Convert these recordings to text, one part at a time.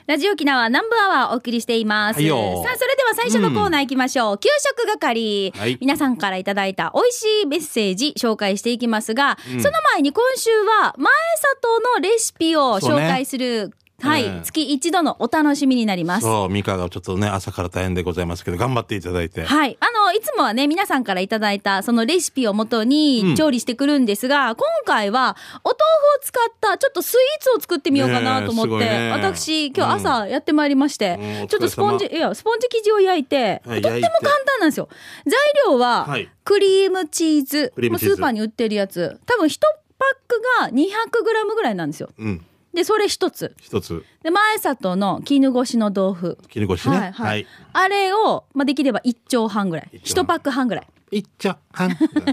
ラジオ沖縄南部アワーお送りしています。 はいよ。 さあ、それでは最初のコーナー行きましょう。給食係、 はい皆さんからいただいた美味しいメッセージ紹介していきますが、その前に今週は前里のレシピを紹介する、はい、月一度のお楽しみになります。 そう、ミカがちょっとね、朝から大変でございますけど、頑張っていただいて。 はい。いつもはね、皆さんからいただいたそのレシピをもとに調理してくるんですが、今回はお豆腐を使ったちょっとスイーツを作ってみようかなと思って、 ね、 私、今日朝やってまいりまして、ちょっとスポンジ生地を焼いて、とっても簡単なんですよ。材料は、クリームチーズ、スーパーに売ってるやつ、多分1パックが 200g ぐらいなんですよ。で、それ一つ。で、前里の絹ごしの豆腐。 絹ごしね。はい。 あれを、できれば1丁半ぐらい。1パック半ぐらい。 1丁半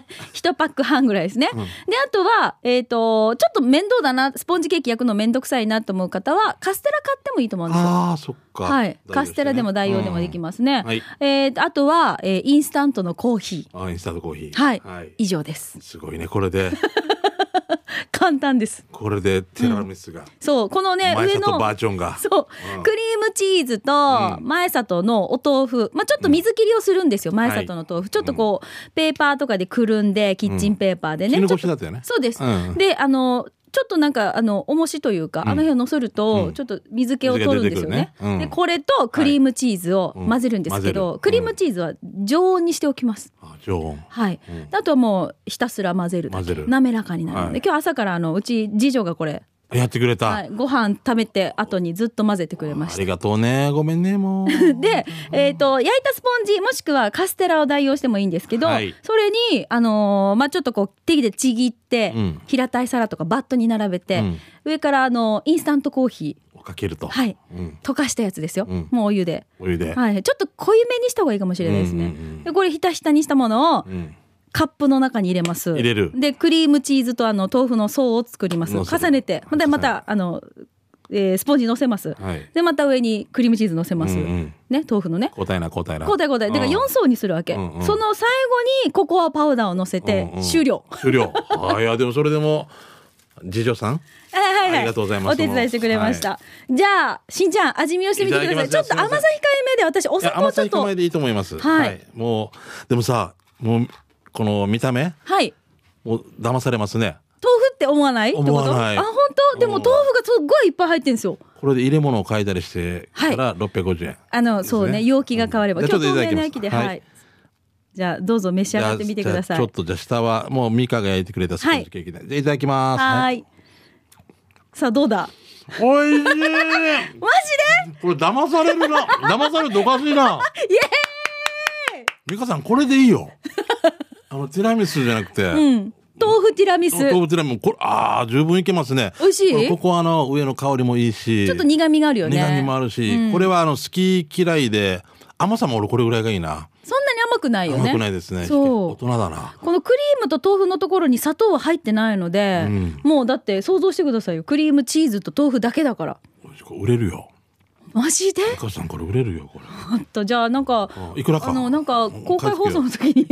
1パック半ぐらいですね。で、あとは、ちょっと面倒だな、スポンジケーキ焼くのめんどくさいなと思う方は、カステラ買ってもいいと思うんですよ。 ああ、そっか。 はい。カステラでも代用でもできますね。あとは、インスタントのコーヒー。 インスタントコーヒー。 はい。以上です。 すごいね、これで。 簡単です。 これでティラミスが、 そう、このね、 前里バージョンが、 そう、クリームチーズと前里のお豆腐、ちょっと水切りをするんですよ、前里の豆腐、ちょっとこうペーパーとかでくるんで、キッチンペーパーでね、 絹ごしだったよね。 そうです。で、ちょっとなんか重しというか、あの辺を乗せるとちょっと水気を取るんですよね。で、これとクリームチーズを混ぜるんですけど、クリームチーズは常温にしておきます。 常温。 はい。あとはもうひたすら混ぜるだけ、滑らかになるので、今日朝からうち次女がこれやってくれた。 はい、ご飯食べて後にずっと混ぜてくれました。 ありがとうね。ごめんね、もう。 で、焼いたスポンジもしくはカステラを代用してもいいんですけど、それにちょっとこう手でちぎって、平たい皿とかバットに並べて、上からインスタントコーヒーかけると、 溶かしたやつですよ、もうお湯で、はい、ちょっと濃いめにした方がいいかもしれないですね。で、これひたひたにしたものを、カップの中に入れます。で、クリームチーズと豆腐の層を作ります。重ねて、でまたスポンジ乗せます、でまた上にクリームチーズ乗せます、ね、豆腐のね、 交代だから 4層にするわけ、その最後にココアパウダーを乗せて、終了。 いや、でもそれでも次女さん、ありがとうございます。 お手伝いしてくれました。じゃあしんちゃん、味見をしてみてください。ちょっと甘さ控えめで、私お砂糖ちょっと、 甘さ控えめでいいと思います。もうでもさ、もうこの見た目、もう騙されますね。 豆腐って思わない？ 思わない。 あ、本当？でも豆腐がすっごいいっぱい入ってるんですよ。 これで入れ物を変えたりしてから650円。 そうね、容器が変われば。今日透明な焼きで、じゃあどうぞ召し上がってみてください。 ちょっとじゃあ下はもうミカが焼いてくれたスポンジケーキで、いただきます。 はい。さあどうだ？ おいしい。マジで？これ騙されるな。騙されるとおかしいな。イエーイ。ミカさんこれでいいよ。ティラミスじゃなくて、 豆腐ティラミス。 これ十分いけますね。 美味しい。 ここは上の香りもいいし、 ちょっと苦味があるよね。 苦味もあるし、これは好き嫌いで、甘さも俺これぐらいがいいな。 そんなに甘くないよね。 甘くないですね。大人だな。 このクリームと豆腐のところに砂糖は入ってないので、もうだって想像してくださいよ。クリームチーズと豆腐だけだから。 売れるよ。 マジで？ お母さんこれ売れるよ、これ。 じゃあなんかいくらかなんか公開放送の時に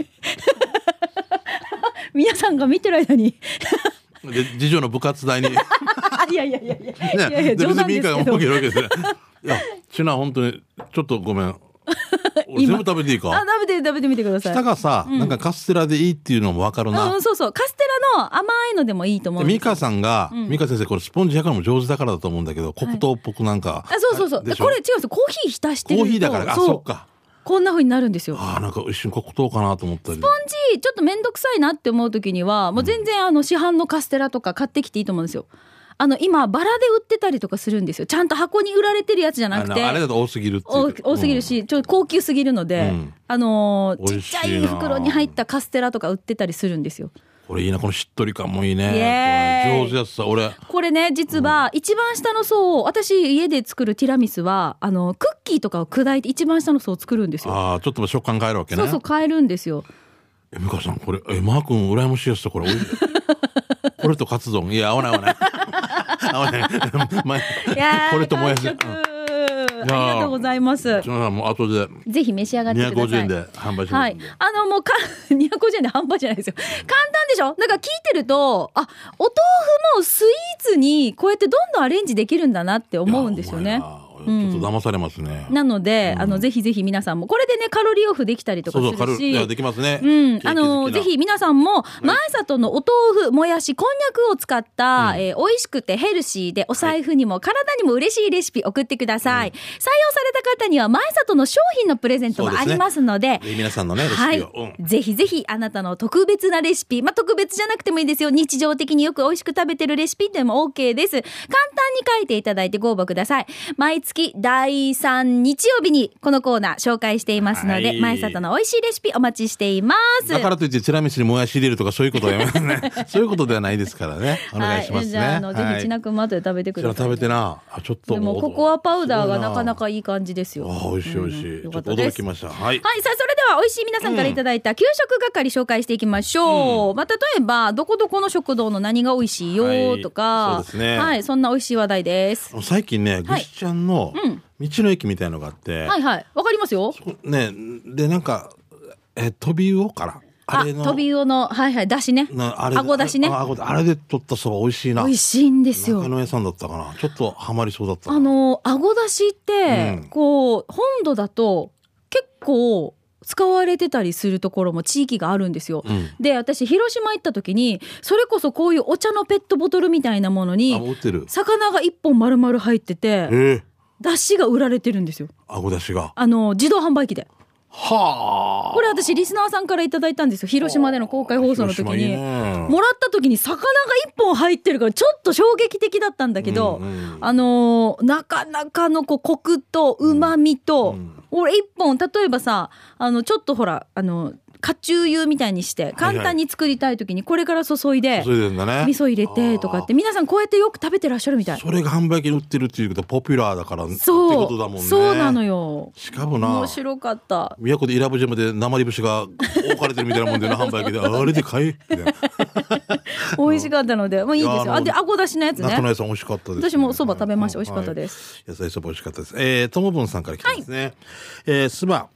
皆さんが見てる間にで次女の部活代にいや冗談ですけど、いやちな本当にちょっとごめん。全部食べていいか？ 食べてみてください。 下がさ、なんかカステラでいいっていうのも分かるな。 そうカステラの甘いのでもいいと思うんですよ。 ミカさんが、ミカ先生これスポンジ焼くのも上手だからだと思うんだけど、黒糖っぽくなんか、 そうこれ違うんですよ。コーヒー浸してるとコーヒーだから、そっか、 こんな風になるんですよ。 なんか一瞬黒糖かなと思ったり。 スポンジちょっとめんどくさいなって思う時には、もう全然市販のカステラとか買ってきていいと思うんですよ。今バラで売ってたりとかするんですよ。ちゃんと箱に売られてるやつじゃなくて、 あれだと多すぎるっていう、 多すぎるし、ちょっと高級すぎるので、ちっちゃい袋に入ったカステラとか売ってたりするんですよ。 これいいな、このしっとり感もいいね。上手やつさ、俺これね、実は一番下の層を、私家で作るティラミスはクッキーとかを砕いて一番下の層を作るんですよ。 ちょっと食感変えるわけね。 そう変えるんですよ。 美香さんこれマー君羨ましいやつだこれ。これとカツ丼、いや合わない合わないこれともやし、 りがとうございます。 もう後でぜひ召し上がってください。 250円で販売します。 はい。もう250円で販売じゃないですよ。簡単でしょ。なんか聞いてると、お豆腐もスイーツにこうやってどんどんアレンジできるんだなって思うんですよね。 ちょっと騙されますね。 なので、ぜひぜひ皆さんもこれでねカロリーオフできたりとかするし、 できますね。 ぜひ皆さんも前里のお豆腐、もやし、こんにゃくを使った、美味しくてヘルシーでお財布にも体にも嬉しいレシピ送ってください。採用された方には前里の商品のプレゼントもありますので、 皆さんのねレシピを、 ぜひぜひあなたの特別なレシピ、特別じゃなくてもいいですよ。日常的によく美味しく食べてるレシピでも OK です。簡単に書いていただいてご応募ください。毎月第3日曜日にこのコーナー紹介していますので、前里の美味しいレシピお待ちしています。 だからといってティラミスにもやし入れるとかそういうことはやめますね。そういうことではないですからね。お願いしますね。 じゃあぜひちなくんも後で食べてください。 食べてな。ちょっとでもココアパウダーがなかなかいい感じですよ。 美味しい美味しい。ちょっと驚きました。はい。 さあそれでは美味しい皆さんからいただいた給食係紹介していきましょう。例えばどこどこの食堂の何が美味しいよとか、 そうですね。 はい、そんな美味しい話題です。 最近ね、ぐしちゃんの道の駅みたいのがあって、 はいはい、わかりますよ。 ね、でなんか飛び魚から。 飛び魚のだしね。あごだしね。 あれで取ったそば美味しいな。 美味しいんですよ。 中野屋さんだったかな。ちょっとハマりそうだった。 あごだしって、こう本土だと結構使われてたりするところも地域があるんですよ。で、私広島行った時にそれこそこういうお茶のペットボトルみたいなものに魚が1本丸々入ってて、だしが売られてるんですよ。 あごだしが自動販売機で。 はあ。 これ私リスナーさんからいただいたんですよ。広島での公開放送の時にもらった時に魚が1本入ってるからちょっと衝撃的だったんだけど、なかなかのコクと旨味と、俺1本例えばさちょっとほらカチュー油みたいにして簡単に作りたい時にこれから注いで味噌入れてとかって皆さんこうやってよく食べてらっしゃるみたい。 それが販売機に売ってるっていうことはポピュラーだからってことだもんね。 そうなのよ。 しかもな面白かった。 宮古で伊良部島で生節が置かれてるみたいなもんでな販売機であれで買え美味しかったのでもういいですよ。であごだしのやつね。 中野屋さん美味しかったです。 私もそば食べました。美味しかったです。 野菜そば美味しかったです。ともぶんさんから来てますね。すば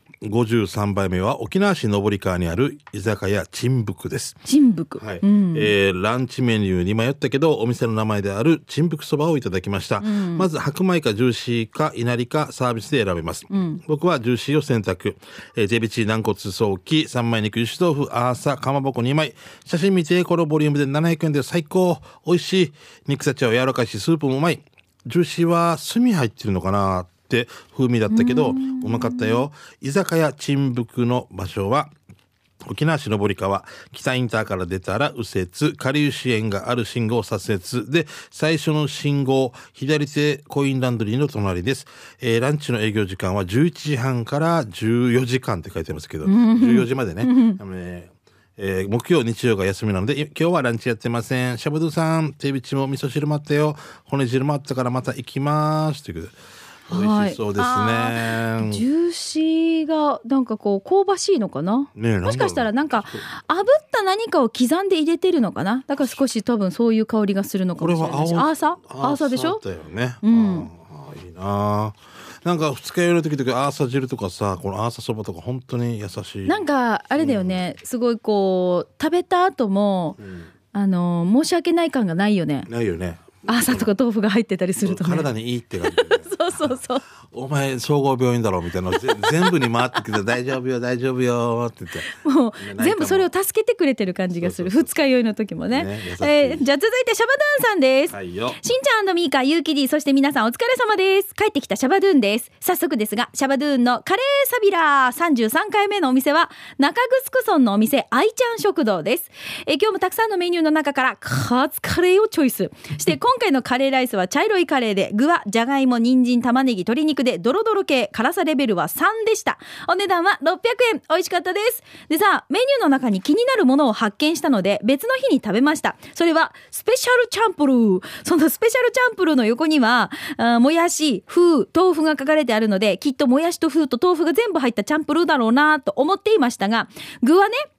53杯目は沖縄市登川にある居酒屋珍福です。 珍福、 はい。ランチメニューに迷ったけどお店の名前である珍福そばをいただきました。まず白米かジューシーかいなりかサービスで選べます。僕はジューシーを選択。ジビチ軟骨ソーキ三枚肉油脂豆腐アーサかまぼこ2枚。写真見てこのボリュームで700円で最高。美味しい。肉たちは柔らかいしスープもうまい。ジューシーは炭入ってるのかなって風味だったけどうまかったよ。居酒屋珍福の場所は沖縄市登川北インターから出たら右折下流支援がある信号を左折で最初の信号左手コインランドリーの隣です。ランチの営業時間は11時半から14時間って書いてますけど14時までね。木曜日曜が休みなので今日はランチやってません。シャバドゥさん手びちも味噌汁もあったよ。骨汁もあったからまた行きますということで美味しそうですね。 ジューシーがなんかこう香ばしいのかな、もしかしたらなんか炙った何かを刻んで入れてるのかな。だから少し多分そういう香りがするのかもしれないし。アーサでしょ。 だよね。いいな。なんか二日酔いの時とかアーサ汁とかさこのアーサそばとか本当に優しい。 なんかあれだよね、すごいこう食べた後も、申し訳ない感がないよね。 ないよね。 朝とか豆腐が入ってたりするとね体にいいって感じ、ね、 そうお前総合病院だろみたいな全部に回ってきて大丈夫よ大丈夫よって言ってもう全部それを助けてくれてる感じがする。二日酔いの時もね。じゃあ続いてシャバドゥンさんです。 はいよ。 しんちゃん&ミーカ、ゆうきり、そして皆さんお疲れ様です。帰ってきたシャバドゥンです。早速ですがシャバドゥンのカレーサビラー33回目のお店は中城村のお店愛ちゃん食堂です。今日もたくさんのメニューの中からカツカレーをチョイスして今回のカレーライスは茶色いカレーで具はじゃがいも人参玉ねぎ鶏肉でドロドロ系辛さレベルは3でした。お値段は600円。美味しかったです。でさメニューの中に気になるものを発見したので別の日に食べました。それはスペシャルチャンプルー。そのスペシャルチャンプルーの横にはもやし風豆腐が書かれてあるのできっともやしと風と豆腐が全部入ったチャンプルーだろうなと思っていましたが具はね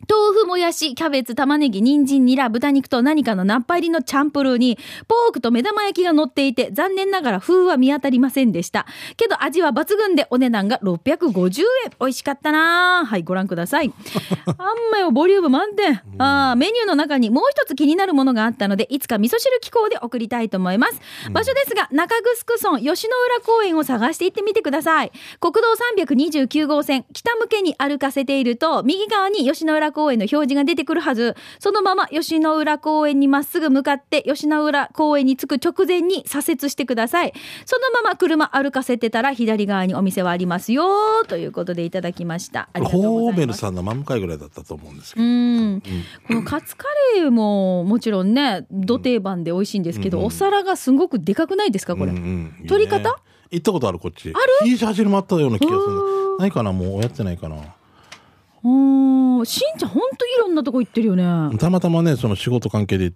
豆腐、もやし、キャベツ、玉ねぎ、人参、ニラ、豚肉と何かのナッパ入りのチャンプルーにポークと目玉焼きが乗っていて、残念ながら風は見当たりませんでした。けど味は抜群でお値段が650円。美味しかったな。はい、ご覧ください。あんまよボリューム満点。メニューの中にもう一つ気になるものがあったので、いつか味噌汁機構で送りたいと思います。場所ですが、中城村吉野浦公園を探して行ってみてください。国道329号線北向けに歩かせていると、右側に吉野浦公園の表示が出てくるはず。そのまま吉野浦公園にまっすぐ向かって吉野浦公園に着く直前に左折してください。そのまま車歩かせてたら左側にお店はありますよということでいただきました。ありがとうございます。 ホーベルさんの真向かいぐらいだったと思うんですけど、 このカツカレーももちろんねど定番で美味しいんですけど、お皿がすごくでかくないですかこれ、取り方行ったことあるこっち。 ある？ いい走りもあったような気がする。ないかな、もうやってないかな。 しんちゃんほんといろんなとこ行ってるよね。 たまたまねその仕事関係で行って。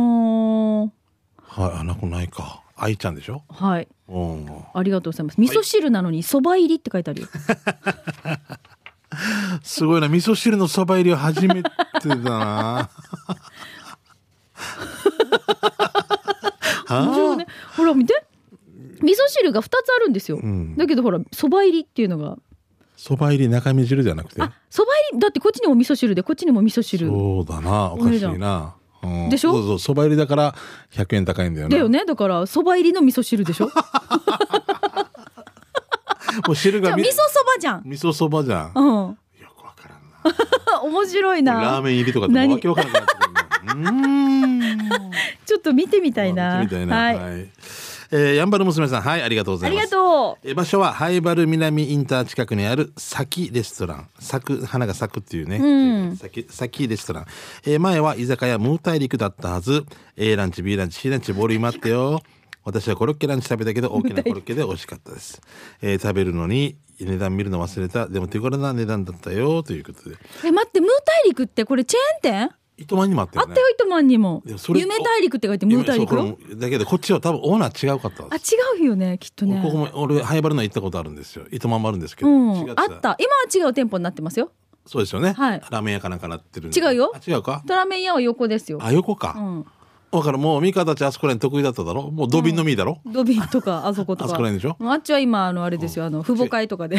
はい、あなくないか。愛ちゃんでしょ。 はい。ありがとうございます。味噌汁なのにそば入りって書いてあるよ。 すごいな、味噌汁のそば入りは初めてだな。 面白いね。ほら見て。味噌汁が2つあるんですよ。だけどほらそば入りっていうのが。 そば入り中身汁じゃなくて。 そば入りだってこっちにも味噌汁でこっちにも味噌汁。 そうだな、おかしいな。 でしょ。 そうそう、そば入りだから100円高いんだよね。 だよね。だからそば入りの味噌汁でしょ。もう汁が味噌そばじゃん。 味噌そばじゃん。よくわからんな。面白いな。 ラーメン入りとかってわけわからなくなってくる。 ちょっと見てみたいな。 見てみたいな。はい。やんばる娘さん、はい、ありがとうございます。 ありがとう。 場所は灰原南インター近くにある咲レストラン。花が咲くっていうね。咲レストラン。前は居酒屋ムー大陸だったはず。A ランチ、B ランチ、C ランチ、ボリュームあってよ。私はコロッケランチ食べたけど大きなコロッケで美味しかったです。食べるのに値段見るの忘れた。でも手頃な値段だったよということで。 待って、ムー大陸ってこれチェーン店？ 糸満にもあったよね。 あったよ、糸満にも。夢大陸って書いてムー大陸よ。 だけどこっちは多分オーナー違うかったんです。 違うよね、きっとね。 ここも俺灰原の行ったことあるんですよ。糸満もあるんですけど。 あった。今は違う店舗になってますよ。 そうですよね。 はい。 ラーメン屋かなんかなってるんで。違うよ。 違うか。 ラーメン屋は横ですよ。 横か。だからもうミカたちあそこらに得意だっただろ。もうドビンのミーだろ。 ドビンとかあそことか。 あそこらにでしょ。 あっちは今あれですよ、父母会とかで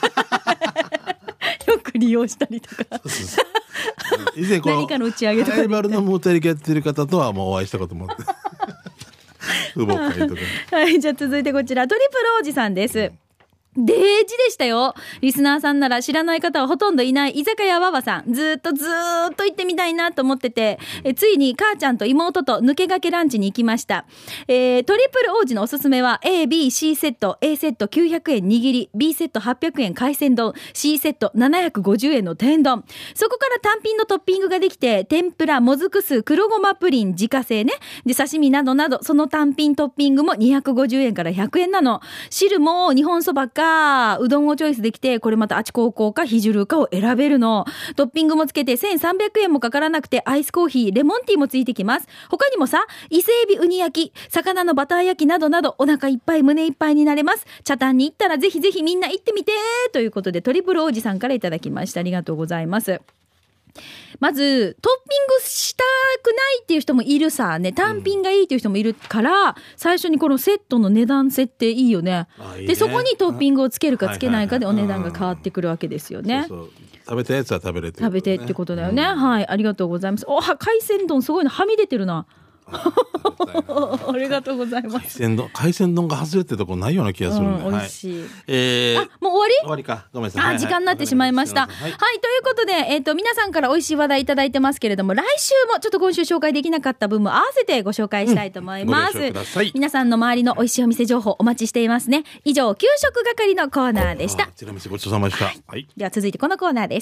よく利用したりとか。 以前この何かの打ち上げとか灰原のモータリやってる方とはもうお会いしたこともあって。父母会とか。 はい、じゃあ続いてこちらトリプルおじさんです。デージでしたよ。リスナーさんなら知らない方はほとんどいない居酒屋わわさん。ずーっと行ってみたいなと思ってて、ついに母ちゃんと妹と抜け駆けランチに行きました。トリプル王子のおすすめは A、B、C セット、A セット900円握り、B セット800円海鮮丼、C セット750円の天丼。そこから単品のトッピングができて、天ぷら、もずく酢、黒ごまプリン、自家製ね。で、刺身などなど、その単品トッピングも250円から100円なの。汁も日本そばか、うどんをチョイスできて、これまたあち高校かひじるかを選べるの。トッピングもつけて1300円もかからなくて、アイスコーヒー、レモンティーもついてきます。他にもさ、伊勢エビウニ焼き、魚のバター焼きなどなど、お腹いっぱい胸いっぱいになれます。茶炭に行ったらぜひぜひみんな行ってみてということで、トリプルおじさんからいただきました。ありがとうございます。まずトッピングしたくないっていう人もいるさね、単品がいいっていう人もいるから、最初にこのセットの値段設定いいよね。でそこにトッピングをつけるかつけないかでお値段が変わってくるわけですよね。 そう食べたやつは食べれて、 食べてってことだよね。はい、ありがとうございます。海鮮丼すごいのはみ出てるな。ありがとうございます。 海鮮丼が外れてるとこないような気がするんで、 美味しい。もう終わりか。ごめんなさい。 時間になってしまいました。はい、ということで皆さんから美味しい話題いただいてますけれども、来週もちょっと今週紹介できなかった分も合わせてご紹介したいと思います。皆さんの周りの美味しいお店情報お待ちしていますね。以上、給食係のコーナーでした。 ティラミスごちそうさまでした。はい。 では続いてこのコーナーです。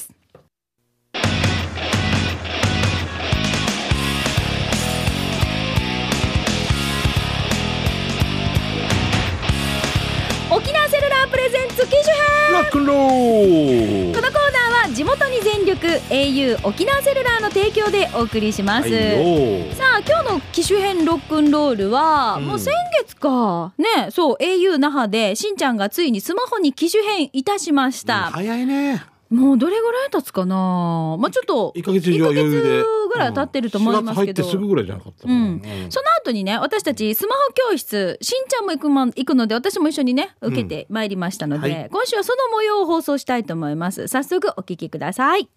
沖縄セルラープレゼンツ機種編ロックンロール。 このコーナーは地元に全力 au 沖縄セルラーの提供でお送りします。さあ今日の機種編ロックンロールは、もう先月かね、そう au 那覇でしんちゃんがついにスマホに機種変いたしました。 早いね。 もうどれぐらい経つかな、まあちょっと 1ヶ月以上余裕でぐらい経ってると思いますけど、 4月入ってすぐぐらいじゃなかった、 その後にね、私たちスマホ教室、しんちゃんも行くので、私も一緒にね受けてまいりましたので、はい、今週はその模様を放送したいと思います。早速お聞きください。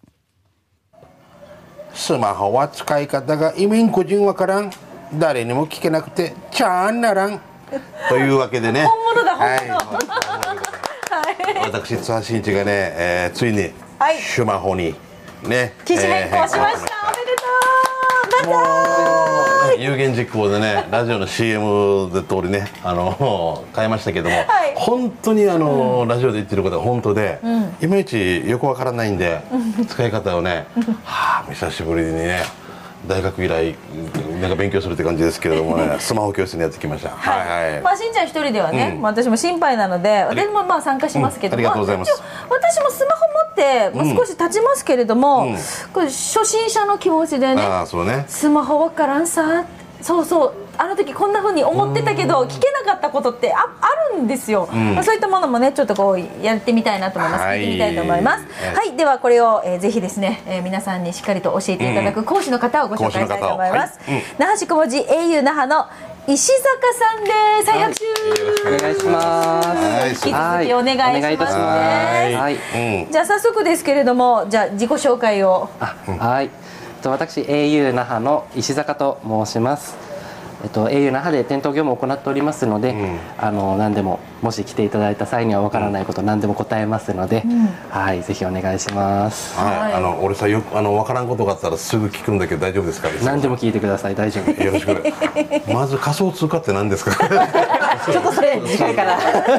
スマホは使い方が移民個人わからん、誰にも聞けなくてちゃんならんというわけでね、 本物だ本物、 はい、私津波真一がね、ついにスマホにね機種変更しました、おめでとう。 もう有言実行でねラジオの CM で通りね変えましたけども、はい、本当にラジオで言ってることが本当で、いまいちよくわからないんで、使い方をね久しぶりにね大学以来なんか勉強するって感じですけれどもねスマホ教室にやってきました。 はいはい、まあしんちゃん一人ではね、私も心配なので私もまあ参加しますけども、 ありがとうございます。 私もスマホ持ってもう少し経ちますけれども、これ初心者の気持ちでね、 そうね、 スマホわからんさ、そうそうあの時こんな風に思ってたけど聞けなかったことってあるんですよ、そういったものもねちょっとこうやってみたいなと思います。聞いてみたいと思います。はい、ではこれを、ぜひですね、皆さんにしっかりと教えていただく講師の方をご紹介したいと思います。那覇市小文字 au 那覇の石坂さんです。再拍手、 よろしくお願いします。 引き続きお願いしますね。じゃあ早速ですけれども、じゃあ自己紹介を。 はい、私 au 那覇の石坂と申します。au 那覇で店頭業務を行っておりますので、何でももし来ていただいた際には分からないこと何でも答えますので、はい、ぜひお願いします。 はい、俺さよく分からんことがあったらすぐ聞くんだけど大丈夫ですか？ 何でも聞いてください、大丈夫。 よろしく。まず仮想通貨って何ですか？ ちょっとそれ次回から。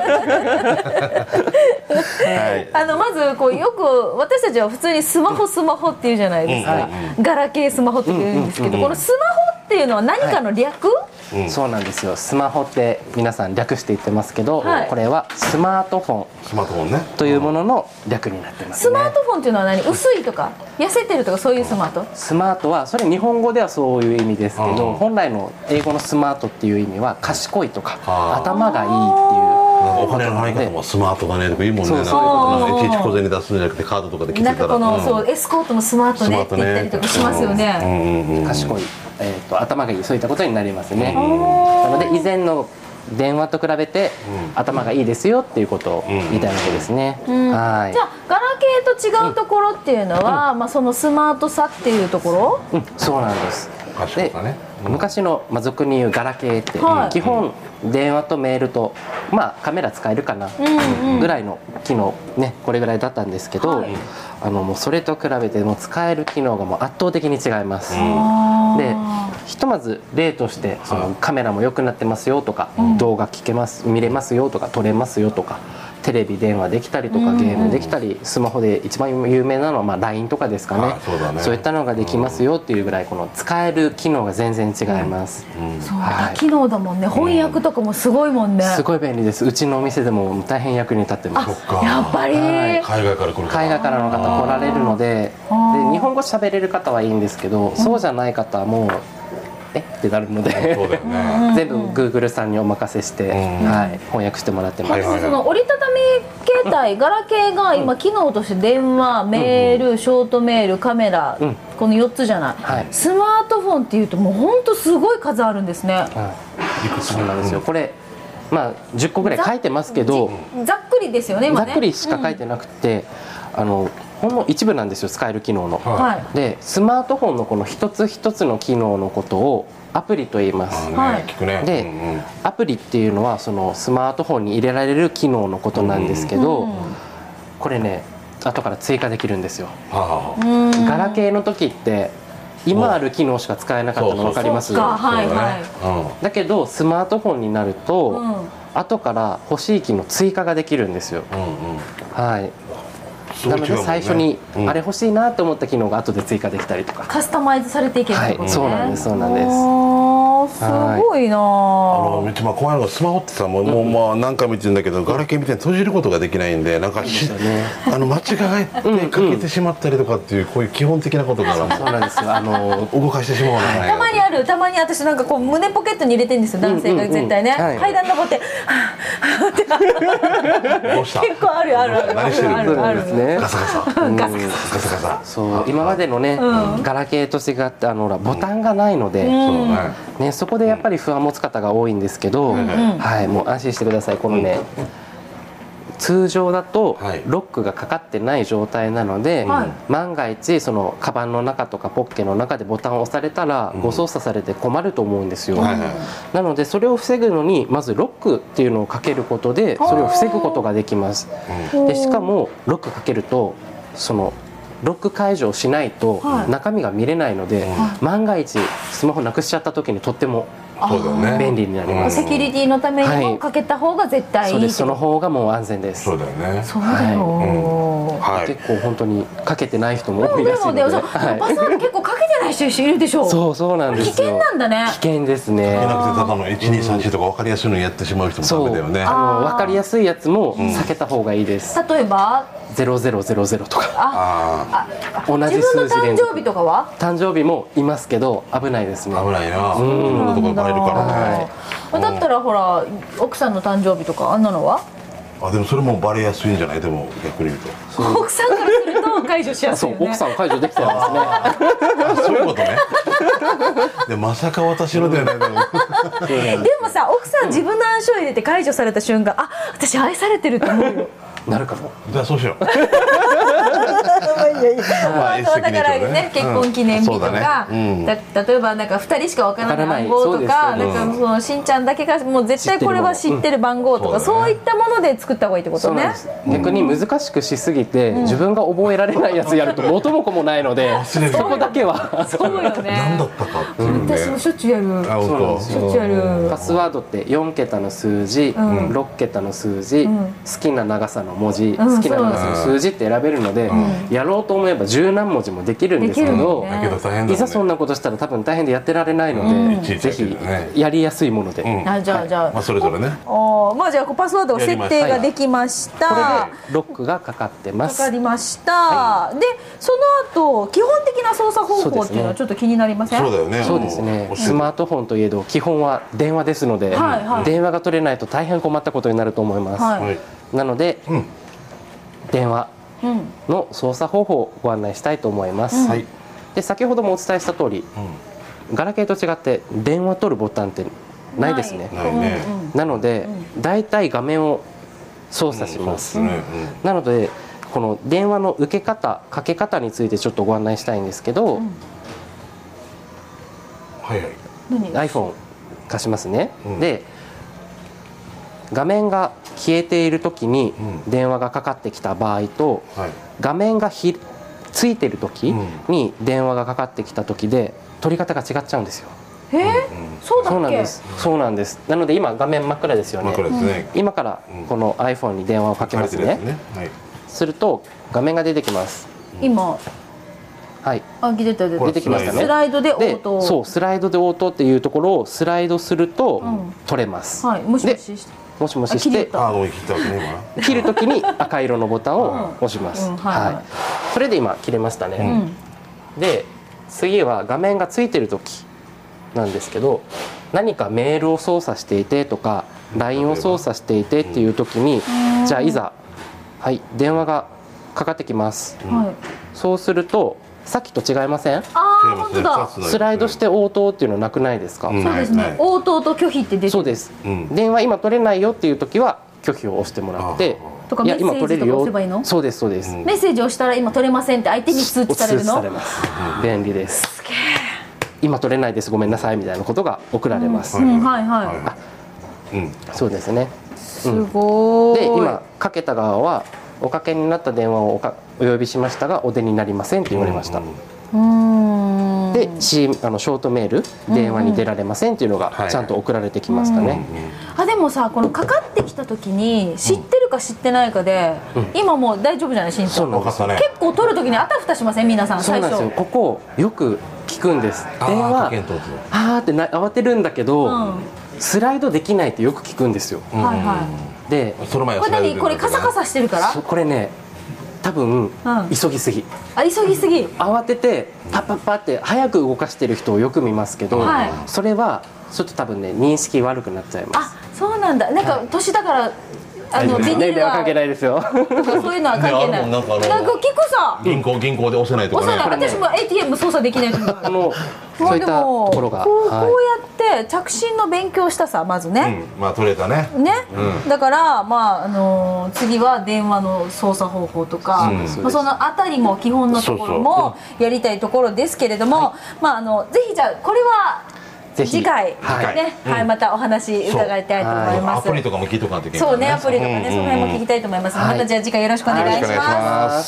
まずこうよく私たちは普通にスマホっていうじゃないですか。ガラケースマホって言うんですけど、このスマホっていうのは何かの略？ そうなんですよ。スマホって皆さん略して言ってますけど、これはスマートフォンねというものの略になってますね。 スマートフォンっていうのは何？薄いとか痩せてるとかそういうスマート？ スマートはそれ日本語ではそういう意味ですけど、本来の英語のスマートっていう意味は賢いとか頭がいいっていう。 お金の払い方もスマートだねとかいいもんね。いちいち小銭出すんじゃなくてカードとかで切ってたら、 なんかそうエスコートもスマートねって言ったりとかしますよね。 賢い、頭がいい、そういったことになりますね。なので以前の電話と比べて頭がいいですよっていうことを言いたいわけですね。はい。 じゃあガラケーと違うところっていうのは、まあそのスマートさっていうところ？ そうなんです。で、昔の俗に言うガラケーって基本電話とメールとカメラ使えるかなぐらいの機能ね、これぐらいだったんですけど、もうそれと比べてもう使える機能がもう圧倒的に違います。で、ひとまず例としてそのカメラも良くなってますよとか、動画見れますよとか撮れますよとか、テレビ電話できたりとかゲームできたり、スマホで一番有名なのはLINE とかですかね。そういったのができますよっていうぐらい、この使える機能が全然違います。 そうだ、機能だもんね。翻訳とかもすごいもんね。 すごい便利です。うちのお店でも大変役に立ってます。 やっぱり海外からの方来られるので、日本語喋れる方はいいんですけど、そうじゃない方はもうってなるので、全部 Google さんにお任せして、翻訳してもらってます。 その折りたたみ携帯ガラケーが今機能として電話、メール、ショートメール、カメラ、この4つじゃない。スマートフォンっていうともう本当すごい数あるんですね。 そうなんですよ。これ10個ぐらい書いてますけど、 ざっくりですよね。 ざっくりしか書いてなくて、ほんの一部なんですよ、使える機能の。で、スマートフォンのこの一つ一つの機能のことをアプリと言います。で、アプリっていうのはそのスマートフォンに入れられる機能のことなんですけど、これね後から追加できるんですよ。ガラケーの時って今ある機能しか使えなかったの分かります？だけどスマートフォンになると、後から欲しい機能追加ができるんですよ。はい。なので最初にあれ欲しいなと思った機能が後で追加できたりとか、 カスタマイズされていけるってことね。 そうなんです、そうなんです。 すごいな。 めっちゃ怖いのがスマホってさ、もう何回も言ってるんだけど、ガラケーみたいに閉じることができないんで、なんか間違えてかけてしまったりとかっていう、こういう基本的なことがそうなんですよ。 動かしてしまうのたまにある。たまに私なんかこう胸ポケットに入れてるんですよ、男性が絶対ね。階段登ってはぁってどうした？ 結構あるあるある。 何してる？ あるね。 ガサガサ。ガサガサ。 そう今までのねガラケーと違ってボタンがないので、ねそこでやっぱり不安持つ方が多いんですけど、はいもう安心してください。このね。通常だとロックがかかってない状態なので、万が一そのカバンの中とかポッケの中でボタンを押されたら誤操作されて困ると思うんですよ。なのでそれを防ぐのにまずロックっていうのをかけることでそれを防ぐことができます。でしかもロックかけるとそのロック解除をしないと中身が見れないので、万が一スマホなくしちゃった時にとっても便利になります。 セキュリティのためにもかけた方が絶対いい。 そうです。その方がもう安全です。 そうだよね。 そうだよ。 結構本当にかけてない人も多いらしいので。 パスワード結構かけてない人いるでしょ。 そうなんですよ。 危険なんだね。 危険ですね。 なくてただの1234とか分かりやすいのやってしまう人もダメだよね。 分かりやすいやつも避けた方がいいです。 例えば 0000とか。同じ数字で。自分の誕生日とかは？ 誕生日もいますけど危ないですね。 危ないな。いろんなところバレるからね。 だったらほら奥さんの誕生日とかあんなのは？ でもそれもバレやすいんじゃない？でも逆に言うと奥さんからすると解除しやすいよね。 そう奥さん解除できてますね。そういうことね。でまさか私のではないだろう。 でもさ奥さん自分の暗証入れて解除された瞬間私愛されてるって思うよ。 なるかも。 じゃあそうしよう。 だからね結婚記念日とか例えばなんか2人しかわからない番号とかなんかそのしんちゃんだけがもう絶対これは知ってる番号とかそういったもので作った方がいいってことね。 逆に難しくしすぎて自分が覚えられないやつやると元も子もないのでそこだけはそうよね。 何だったかっていうね。 私もしょっちゅうやる。しょっちゅうやる。 パスワードって4桁の数字6桁の数字好きな長さの文字好きな長さの数字って選べるのでやろうと思えば十何文字もできるんですけどいざそんなことしたら多分大変でやってられないのでぜひやりやすいもので。 じゃあそれぞれね。 じゃあパスワードを設定ができました。 これでロックがかかってます。 かかりました。でその後基本的な操作方法っていうのはちょっと気になりません？ そうだよね。 そうですね。スマートフォンといえど基本は電話ですので電話が取れないと大変困ったことになると思います。なので電話の操作方法をご案内したいと思います。で先ほどもお伝えした通りガラケーと違って電話取るボタンってないですね。なのでだいたい画面を操作します。なのでこの電話の受け方かけ方についてちょっとご案内したいんですけど、iPhone 貸しますね。で画面が消えている時に電話がかかってきた場合と画面がついている時に電話がかかってきた時で取り方が違っちゃうんですよ。 そうだっけ？ そうなんです。そうなんです。なので今画面真っ暗ですよね。今からこの iPhone に電話をかけますね。すると画面が出てきます。 今出てきましたね。 スライドで応答。 そうスライドで応答っていうところをスライドすると取れます。もしもしして切るときに赤色のボタンを押します。それで今切れましたね。で次は画面がついてるときなんですけど何かメールを操作していてとか LINE を操作していてっていうときにじゃあいざ電話がかかってきます。そうするとさっきと違いません？ 本当だ。 スライドして応答っていうのなくないですか？ そうですね。応答と拒否って出てる。 そうです。電話今取れないよっていう時は拒否を押してもらって、 いや今取れるよ。 そうですそうです。 メッセージをしたら今取れませんって相手に通知されるの？ 通知されます。便利です。今取れないですごめんなさいみたいなことが送られます。そうですね。 すごい。 で今かけた側はおかけになった電話をお呼びしましたがお出になりませんって言われました。でショートメール電話に出られませんっていうのがちゃんと送られてきましたね。 でもさこのかかってきた時に知ってるか知ってないかで今もう大丈夫じゃない？しんちゃん結構取る時にあたふたしません？皆さん最初。そうなんですよ。 ここよく聞くんです。電話って慌てるんだけどスライドできないってよく聞くんですよ。でこれカサカサしてるから？ これね多分急ぎすぎ。 急ぎすぎ。 慌ててパッパッパって早く動かしてる人をよく見ますけど、それはちょっと多分ね認識悪くなっちゃいます。 そうなんだ。なんか年だから年齢は関係ないですよ。 そういうのは関係ない。なんか聞くさ。 銀行で押せないとかね。 私も ATM 操作できないと思う。 そういったところがこうやって着信の勉強したさ、まずね。 まあ取れたね。 だからまあ次は電話の操作方法とか、そのあたりも基本のところもやりたいところですけれども、まあぜひじゃあこれは。次回ね、またお話伺いたいと思います。 アプリとかも聞いとかないといけない。 そうね、アプリとかね、その辺も聞きたいと思います。またじゃあ次回よろしくお願いします。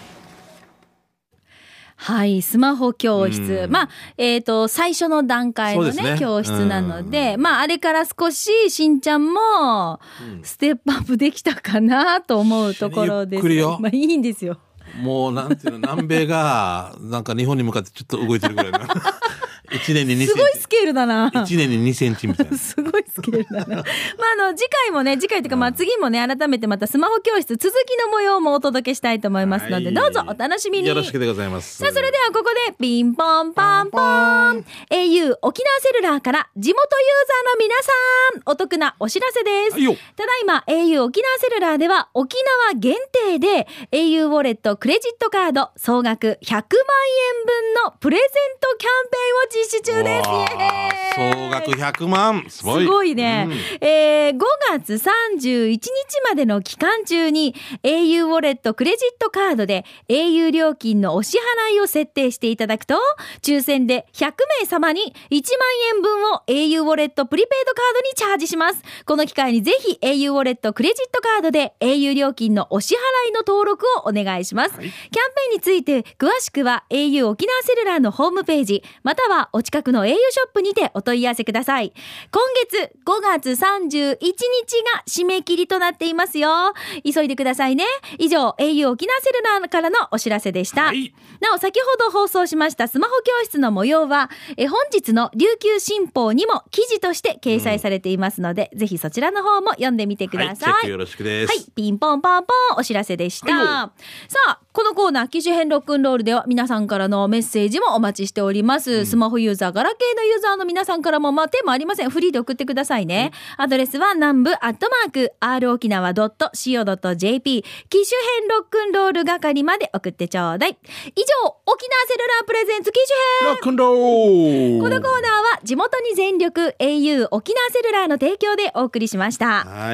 はい、スマホ教室。まあ、最初の段階のね、教室なので、まあ、あれから少し、しんちゃんも、ステップアップできたかなと思うところです。まあ、いいんですよ。 もう、なんていうの、南米が、なんか日本に向かってちょっと動いてるぐらいな。1年に2センチ。 すごいスケールだな。 1年に2センチみたいな。 すごいスケールだな。まあ次回もね、次回というかまあ次もね、改めてまたスマホ教室続きの模様もお届けしたいと思いますので、どうぞお楽しみに。 よろしくでございます。 さあ、それではここでピンポンパンポン。au 沖縄セルラーから地元ユーザーの皆さん、お得なお知らせです。ただいま au 沖縄セルラーでは沖縄限定で au ウォレットクレジットカード総額100万円分のプレゼントキャンペーンを実施中です。 総額100万。すごいね。5月31日までの期間中に au ウォレットクレジットカードで au 料金のお支払いを設定していただくと、抽選で100名様に1万円分を au ウォレットプリペイドカードにチャージします。この機会にぜひ au ウォレットクレジットカードで au 料金のお支払いの登録をお願いします。キャンペーンについて詳しくは au 沖縄セルラーのホームページまたはお近くの au ショップにてお問い合わせください。今月5月31日が締め切りとなっていますよ。急いでくださいね。以上 au 沖縄セルラーからのお知らせでした。なお先ほど放送しましたスマホ教室の模様は本日の琉球新報にも記事として掲載されていますので、ぜひそちらの方も読んでみてください。 チェックよろしくです。 はい、ピンポンパンポンお知らせでした。さあ、このコーナー機種編ロックンロールでは皆さんからのメッセージもお待ちしております。スマホユーザー、ガラケーのユーザーの皆さんからも手もありません。フリーで送ってくださいね。アドレスは南部@r 沖縄 .co.jp 機種編ロックンロール係まで送ってちょうだい。以上、沖縄セルラープレゼンツ機種編ロックンロール。 このコーナーは地元に全力 au 沖縄セルラーの提供でお送りしました。 はい。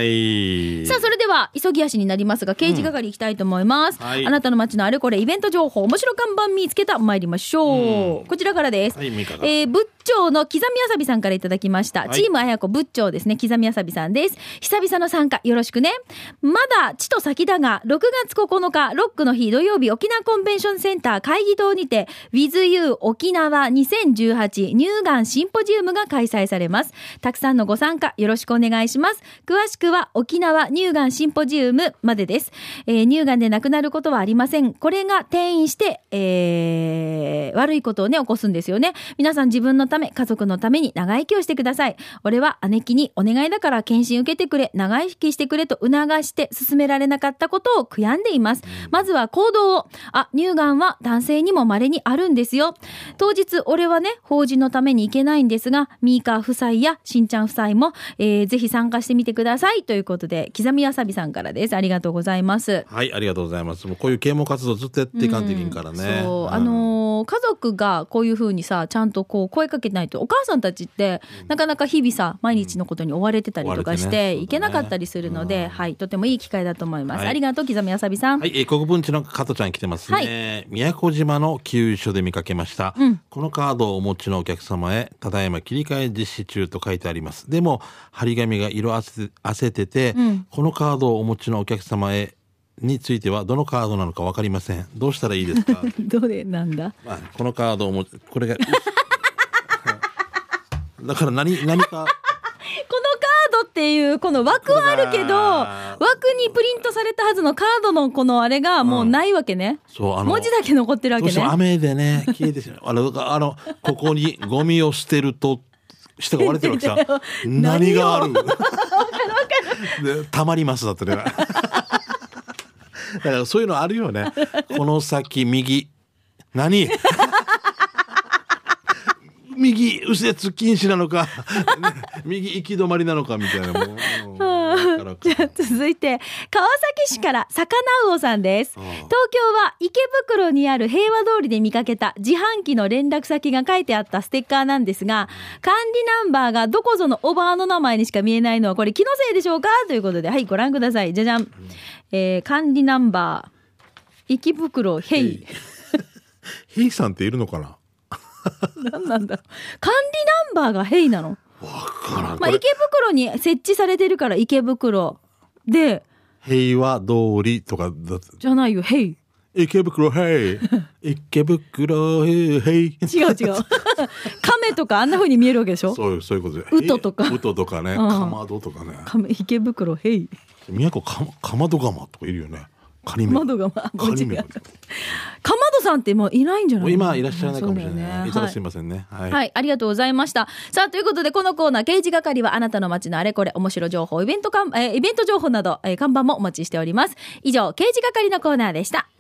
さあ、それでは急ぎ足になりますが刑事係行きたいと思います。あなたの街のあれこれイベント情報面白看板見つけた参りましょう。こちらからです。仏頂の刻みあさびさんからいただきました。チームあやこ仏頂ですね。刻みあさびさんです。久々の参加よろしくね。まだちと先だが6月9日ロックの日土曜日沖縄コンベンションセンター会議棟にて With You 沖縄2018乳がんシンポジウムが開催されます。たくさんのご参加よろしくお願いします。詳しくは沖縄乳がんシンポジウムまでです。乳がんで亡くなることはありません。これが転移して、悪いことをね起こすんですよね。皆さん自分のため家族のために長生きをしてください。俺は姉貴にお願いだから検診受けてくれ長生きしてくれと促して進められなかったことを悔やんでいます。まずは行動を。乳がんは男性にも稀にあるんですよ。当日俺はね法事のために行けないんですがミーカー夫妻やしんちゃん夫妻も、ぜひ参加してみてくださいということで刻みあさびさんからです。ありがとうございます。 はい、ありがとうございます。もうこういう啓蒙活動ずっとやっていかんといけんからね。 そう、家族がこういう風にさちゃんとこう声かけないとお母さんたちってなかなか日々さ毎日のことに追われてたりとかしていけなかったりするので、はい、とてもいい機会だと思います。ありがとう刻みあさびさん。 はい、国分地の加藤ちゃん来てますね。宮古島の給油所で見かけました。このカードをお持ちのお客様へただいま切り替え実施中と書いてあります。でも張り紙が色あせてて、このカードをお持ちのお客様へについてはどのカードなのか分かりません。どうしたらいいですか？ どれなんだ？ このカードをこれがだから何かこのカードっていうこの枠はあるけど枠にプリントされたはずのカードのこのあれがもうないわけね。そう文字だけ残ってるわけね。 どうしても雨でね消えてしまうここにゴミを捨てると下が割れてるわけさ何があるでたまりますだってねだからそういうのあるよね。右右右折禁止なのか右行き止まりなのかみたいなもうじゃあ続いて川崎市から魚魚さんです。東京は池袋にある平和通りで見かけた自販機の連絡先が書いてあったステッカーなんですが、管理ナンバーがどこぞのおばあの名前にしか見えないのはこれ気のせいでしょうかということで、はい、ご覧ください。じゃじゃん、管理ナンバー池袋ヘイヘイさんっているのかな何なんだろう。管理ナンバーがヘイなの。 わからん、 まあ、池袋に設置されてるから池袋で平和通りとかだじゃないよ。ヘイ池袋ヘイ池袋ヘイ違う亀とかあんな風に見えるわけでしょ。 そういうことでウトとかね、かまどとかね、 池袋ヘイ宮古かまど釜とかいるよね。 窓がかまどさんってもういないんじゃない？ 今いらっしゃらないかもしれない。いたらすいませんね。 はい、はい、ありがとうございました。さあということでこのコーナー刑事係はあなたの街のあれこれ面白情報イベント情報など、看板もお待ちしております。以上刑事係のコーナーでした。